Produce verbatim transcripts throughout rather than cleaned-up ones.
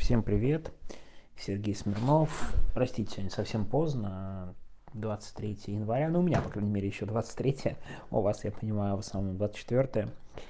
Всем привет, Сергей Смирнов. Простите, сегодня совсем поздно, двадцать третьего января, ну у меня, по крайней мере, еще двадцать третье, у вас, я понимаю, в основном двадцать четвёртое.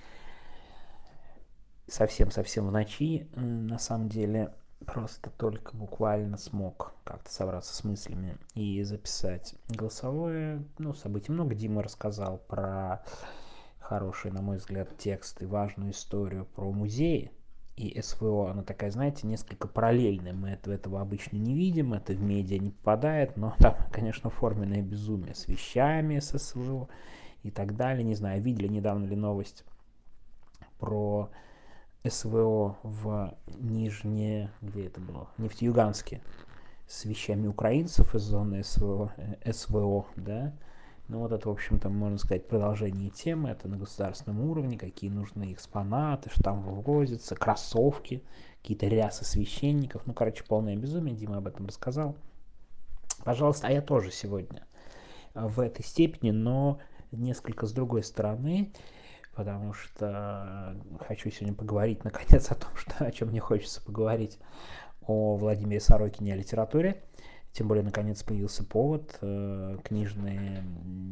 Совсем-совсем в ночи, на самом деле, просто только буквально смог как-то собраться с мыслями и записать голосовое. Ну, событий много. Дима рассказал про хороший, на мой взгляд, текст и важную историю про музеи. И СВО, она такая, знаете, несколько параллельная. Мы этого обычно не видим, это в медиа не попадает, но там, конечно, форменное безумие с вещами с СВО и так далее. Не знаю, видели недавно ли новость про СВО в Нижне, где это было, Нефтеюганске, с вещами украинцев из зоны СВО, СВО, да. Ну вот это, в общем-то, можно сказать, продолжение темы. Это на государственном уровне, какие нужны экспонаты, что там вывозятся, кроссовки, какие-то рясы священников. Ну, короче, полное безумие. Дима об этом рассказал. Пожалуйста, а я тоже сегодня в этой степени, но несколько с другой стороны, потому что хочу сегодня поговорить, наконец, о том, что, о чем мне хочется поговорить, о Владимире Сорокине, о литературе. Тем более, наконец, появился повод. Книжные,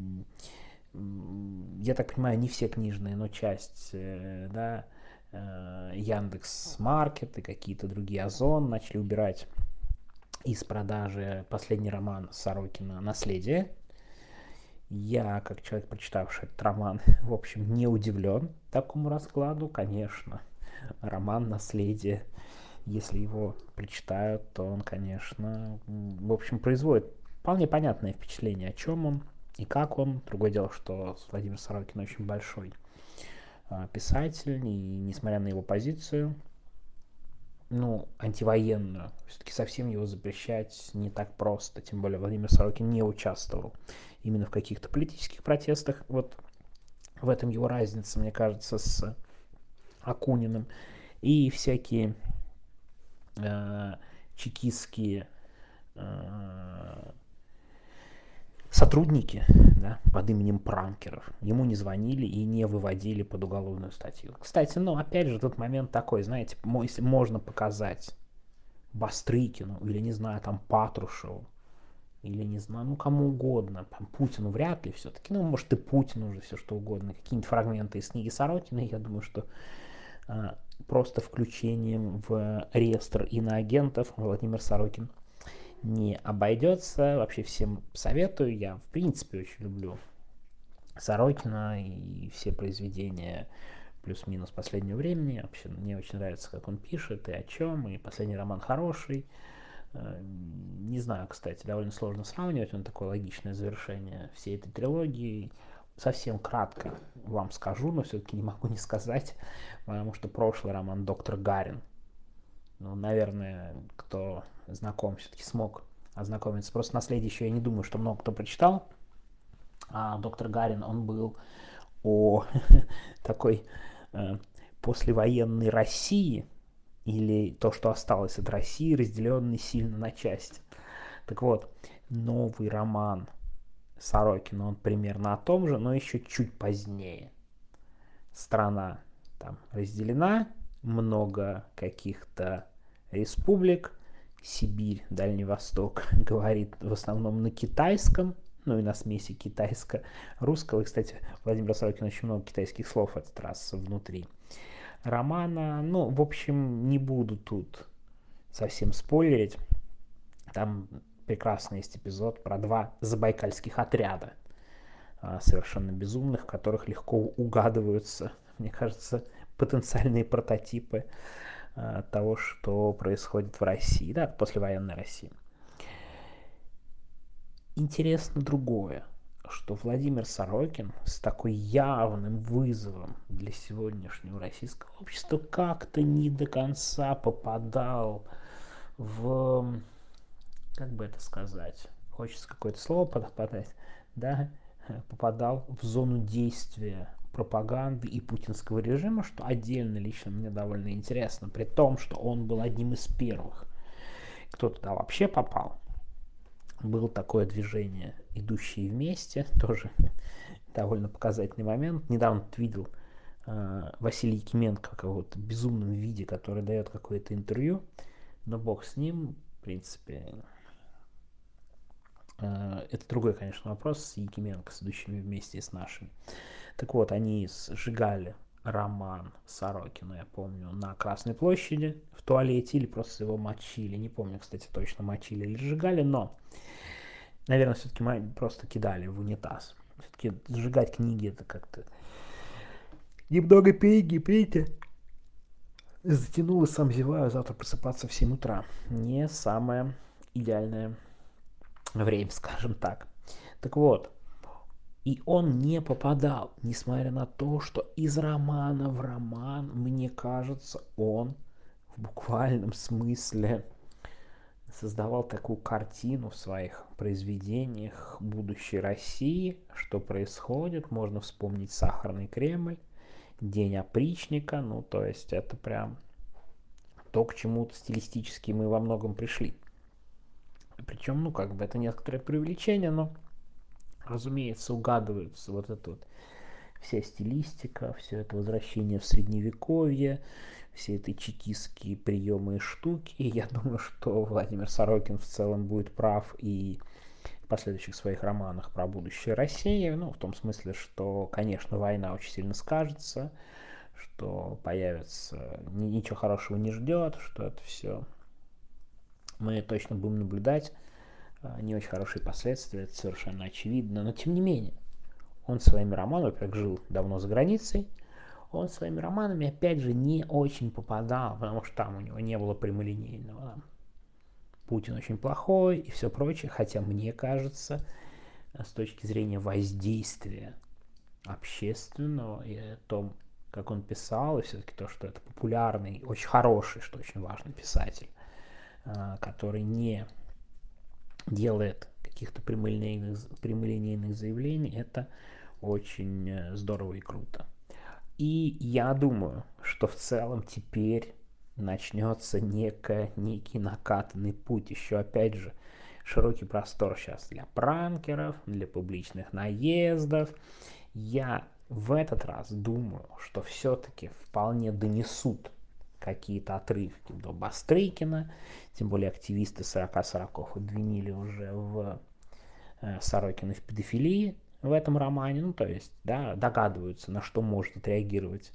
я так понимаю, не все книжные, но часть, да, Яндекс.Маркет и какие-то другие Озон начали убирать из продажи последний роман Сорокина «Наследие». Я, как человек, прочитавший этот роман, в общем, не удивлен такому раскладу. Конечно, роман «Наследие», если его прочитают, то он, конечно, в общем, производит вполне понятное впечатление, о чем он и как он. Другое дело, что Владимир Сорокин очень большой писатель, и несмотря на его позицию, ну, антивоенную, все-таки совсем его запрещать не так просто. Тем более Владимир Сорокин не участвовал именно в каких-то политических протестах. Вот в этом его разница, мне кажется, с Акуниным. И всякие э, чекистские э, сотрудники, да, под именем пранкеров ему не звонили и не выводили под уголовную статью. Кстати, ну, опять же, тот момент такой, знаете, если можно показать Бастрыкину или, не знаю, там, Патрушеву, или, не знаю, ну, кому угодно, там, Путину вряд ли все-таки, ну, может, и Путину уже все что угодно, какие-нибудь фрагменты из книги Сорокина, я думаю, что э, просто включением в реестр иноагентов Владимир Сорокин не обойдется. Вообще всем советую. Я, в принципе, очень люблю Сорокина и все произведения плюс-минус последнего времени. Вообще мне очень нравится, как он пишет и о чем. И последний роман хороший. Не знаю, кстати, довольно сложно сравнивать. Он такое логичное завершение всей этой трилогии. Совсем кратко вам скажу, но все-таки не могу не сказать, потому что прошлый роман «Доктор Гарин», ну, наверное, кто знаком, все-таки смог ознакомиться. Просто «Наследие» еще я не думаю, что много кто прочитал. А «Доктор Гарин», он был о такой э, послевоенной России, или то, что осталось от России, разделенной сильно на части. Так вот, новый роман Сорокина, он примерно о том же, но еще чуть позднее. Страна там разделена, много каких-то республик, Сибирь, Дальний Восток говорит в основном на китайском, ну и на смеси китайско-русского. И, кстати, Владимир Сорокин очень много китайских слов в этот раз внутри романа. Ну, в общем, не буду тут совсем спойлерить. Там прекрасный есть эпизод про два забайкальских отряда, совершенно безумных, в которых легко угадываются, мне кажется, потенциальные прототипы того, что происходит в России, да, послевоенной России. Интересно другое, что Владимир Сорокин с такой явным вызовом для сегодняшнего российского общества как-то не до конца попадал в, как бы это сказать, хочется какое-то слово подать, да, попадал в зону действия пропаганды и путинского режима, что отдельно лично мне довольно интересно, при том, что он был одним из первых, кто туда вообще попал. Было такое движение «Идущие вместе», тоже довольно показательный момент. Недавно видел э, Василий Якименко в каком-то безумном виде, который дает какое-то интервью но бог с ним, в принципе. Это другой, конечно, вопрос с Якименко, с идущими вместе с нашими. Так вот, они сжигали роман Сорокина, я помню, на Красной площади в туалете или просто его мочили. Не помню, кстати, точно мочили или сжигали, но, наверное, все-таки просто кидали в унитаз. Все-таки сжигать книги это как-то немного перегиб, видите? Затянул и сам зеваю, завтра просыпаться в семь утра. Не самое идеальное время, скажем так. Так вот, и он не попадал, несмотря на то, что из романа в роман, мне кажется, он в буквальном смысле создавал такую картину в своих произведениях будущей России, что происходит. Можно вспомнить «Сахарный Кремль», «День опричника», ну то есть это прям то, к чему стилистически мы во многом пришли. Причем, ну как бы это некоторое преувеличение, но разумеется, угадывается вот это вот вся стилистика, все это возвращение в средневековье, все эти чекистские приемы и штуки. И я думаю, что Владимир Сорокин в целом будет прав и в последующих своих романах про будущее России, ну, в том смысле, что, конечно, война очень сильно скажется, что появится, ничего хорошего не ждет, что это все мы точно будем наблюдать не очень хорошие последствия, это совершенно очевидно, но тем не менее, он своими романами, во-первых, жил давно за границей, он своими романами, опять же, не очень попадал, потому что там у него не было прямолинейного. Путин очень плохой и все прочее, хотя мне кажется, с точки зрения воздействия общественного и о том, как он писал, и все-таки то, что это популярный, очень хороший, что очень важный писатель, который не делает каких-то прямолинейных, прямолинейных заявлений, это очень здорово и круто. И я думаю, что в целом теперь начнется некая, некий накатанный путь. Еще опять же, широкий простор сейчас для пранкеров, для публичных наездов. Я в этот раз думаю, что все-таки вполне донесут какие-то отрывки до Бастрыкина, тем более активисты сорока сороков обвинили уже в э, Сорокина в педофилии в этом романе, ну то есть, да, догадываются, на что может отреагировать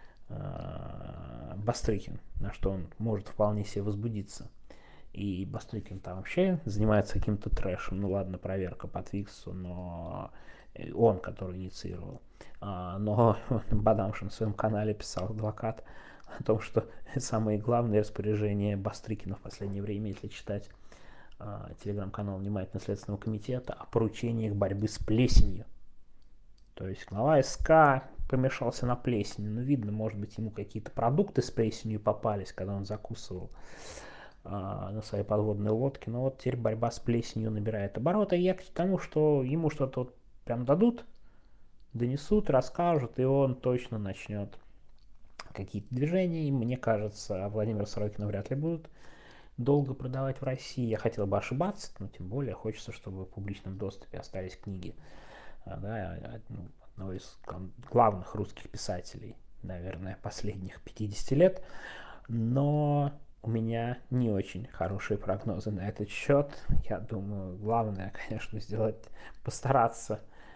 э, Бастрыкин, на что он может вполне себе возбудиться. И Бастрыкин там вообще занимается каким-то трэшем, ну ладно, проверка по Твиксу, но он, который инициировал. А, но Бадамшин в своем канале писал, адвокат, о том, что самые главные распоряжения Бастрыкина в последнее время, если читать э, телеграм-канал Внимательного Следственного комитета, о поручениях борьбы с плесенью. То есть глава СК помешался на плесени. Ну, видно, может быть, ему какие-то продукты с плесенью попались, когда он закусывал э, на своей подводной лодке. Но вот теперь борьба с плесенью набирает обороты. И я к тому, что ему что-то вот прям дадут, донесут, расскажут, и он точно начнет какие-то движения, и мне кажется, Владимира Сорокина вряд ли будут долго продавать в России. Я хотел бы ошибаться, но тем более хочется, чтобы в публичном доступе остались книги, да, одного из главных русских писателей, наверное, последних пятидесяти лет. Но у меня не очень хорошие прогнозы на этот счет. Я думаю, главное, конечно, сделать, постараться.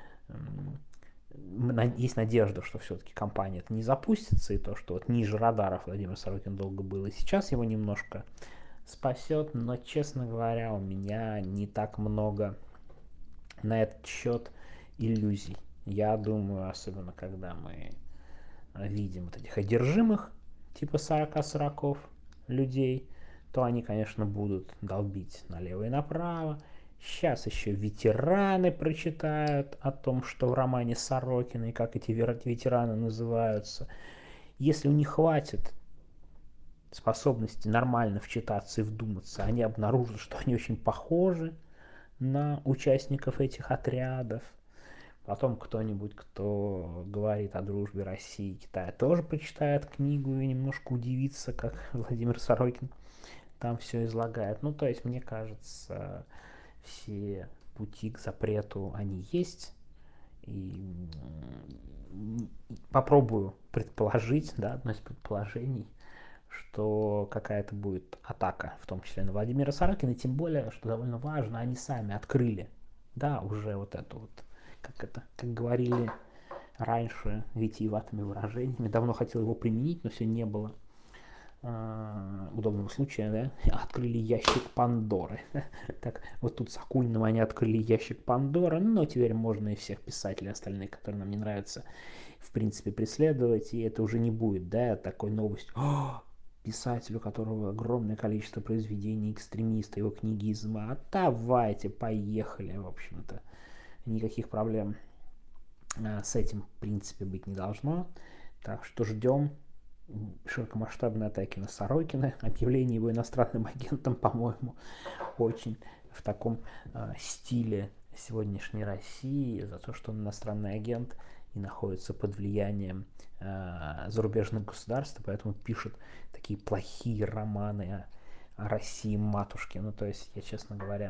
Есть надежда, что все-таки компания не запустится, и то, что вот ниже радаров Владимир Сорокин долго был, и сейчас его немножко спасет, но, честно говоря, у меня не так много на этот счет иллюзий. Я думаю, особенно когда мы видим вот этих одержимых, типа сорока сороков людей, то они, конечно, будут долбить налево и направо. Сейчас еще ветераны прочитают о том, что в романе Сорокина и как эти ветераны называются. Если у них хватит способности нормально вчитаться и вдуматься, они обнаружат, что они очень похожи на участников этих отрядов. Потом кто-нибудь, кто говорит о дружбе России и Китая, тоже прочитает книгу и немножко удивится, как Владимир Сорокин там все излагает. Ну, то есть, мне кажется, все пути к запрету, они есть. И попробую предположить, да, одно из предположений, что какая-то будет атака, в том числе на Владимира Сорокина, тем более, что довольно важно, они сами открыли, да, уже вот это вот, как это, как говорили раньше витиеватыми выражениями, давно хотел его применить, но все не было э, удобного случая, да, открыли ящик Пандоры. Так, вот тут с Акуниным они открыли ящик Пандоры, но теперь можно и всех писателей остальных, которые нам не нравятся, в принципе, преследовать, и это уже не будет, да, такой новостью. О, писатель, у которого огромное количество произведений экстремиста, его книги изма. А давайте, поехали, в общем-то. Никаких проблем а, с этим, в принципе, быть не должно. Так что ждем широкомасштабной атаки на Сорокина. Объявление его иностранным агентом, по-моему, очень в таком а, стиле сегодняшней России, за то, что он иностранный агент и находится под влиянием э, зарубежных государств, поэтому пишет такие плохие романы о, о России матушке. Ну, то есть, я, честно говоря,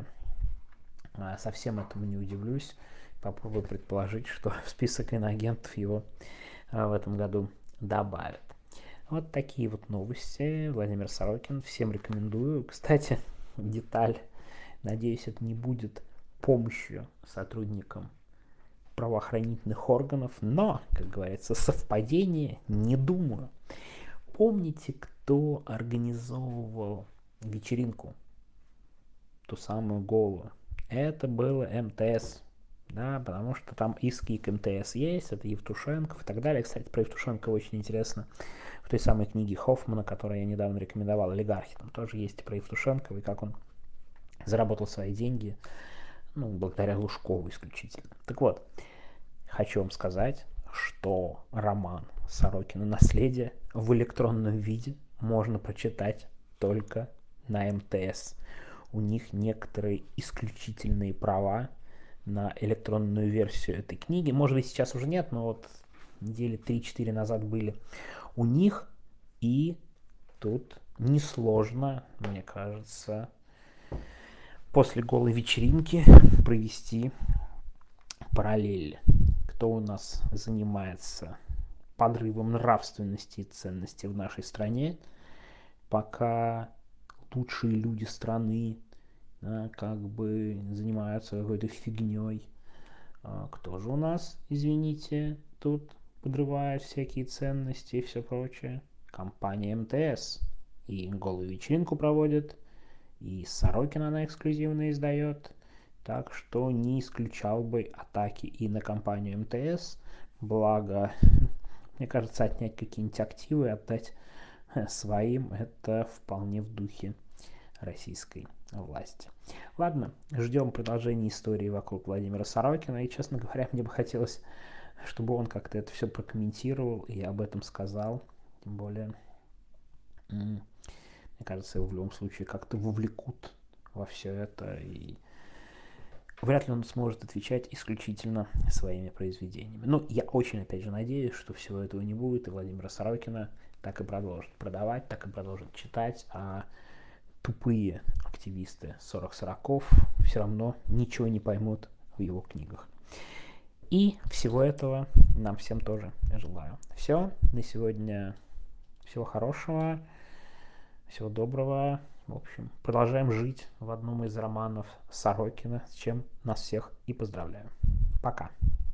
э, совсем этому не удивлюсь. Попробую предположить, что в список иноагентов его э, в этом году добавят. Вот такие вот новости. Владимир Сорокин. Всем рекомендую. Кстати, деталь. Надеюсь, это не будет помощью сотрудникам правоохранительных органов, но, как говорится, совпадение не думаю. Помните, кто организовывал вечеринку, ту самую голую? Это было эм тэ эс, да, потому что там иски к эм тэ эс есть, это Евтушенков и так далее. Кстати, про Евтушенкова очень интересно в той самой книге Хоффмана, которую я недавно рекомендовал, «Олигархи», там тоже есть про Евтушенкова и как он заработал свои деньги, ну, благодаря Лужкову исключительно. Так вот, хочу вам сказать, что роман Сорокина «Наследие» в электронном виде можно прочитать только на эм тэ эс. У них некоторые исключительные права на электронную версию этой книги. Может быть, сейчас уже нет, но вот недели три-четыре назад были у них. И тут несложно, мне кажется, после голой вечеринки провести параллель. Кто у нас занимается подрывом нравственности и ценностей в нашей стране, пока лучшие люди страны, да, как бы занимаются какой-то фигней. А кто же у нас, извините, тут подрывает всякие ценности и все прочее? Компания эм тэ эс. И голую вечеринку проводит, и Сорокина она эксклюзивно издает, так что не исключал бы атаки и на компанию эм тэ эс, благо, мне кажется, отнять какие-нибудь активы и отдать своим, это вполне в духе российской власти. Ладно, ждем продолжения истории вокруг Владимира Сорокина, и, честно говоря, мне бы хотелось, чтобы он как-то это все прокомментировал и об этом сказал, тем более... Мне кажется, его в любом случае как-то вовлекут во все это, и вряд ли он сможет отвечать исключительно своими произведениями. Ну, я очень, опять же, надеюсь, что всего этого не будет, и Владимира Сорокина так и продолжит продавать, так и продолжит читать, а тупые активисты сорок сороков все равно ничего не поймут в его книгах. И всего этого нам всем тоже желаю. Все, на сегодня всего хорошего. Всего доброго. В общем, продолжаем жить в одном из романов Сорокина, с чем нас всех и поздравляю. Пока.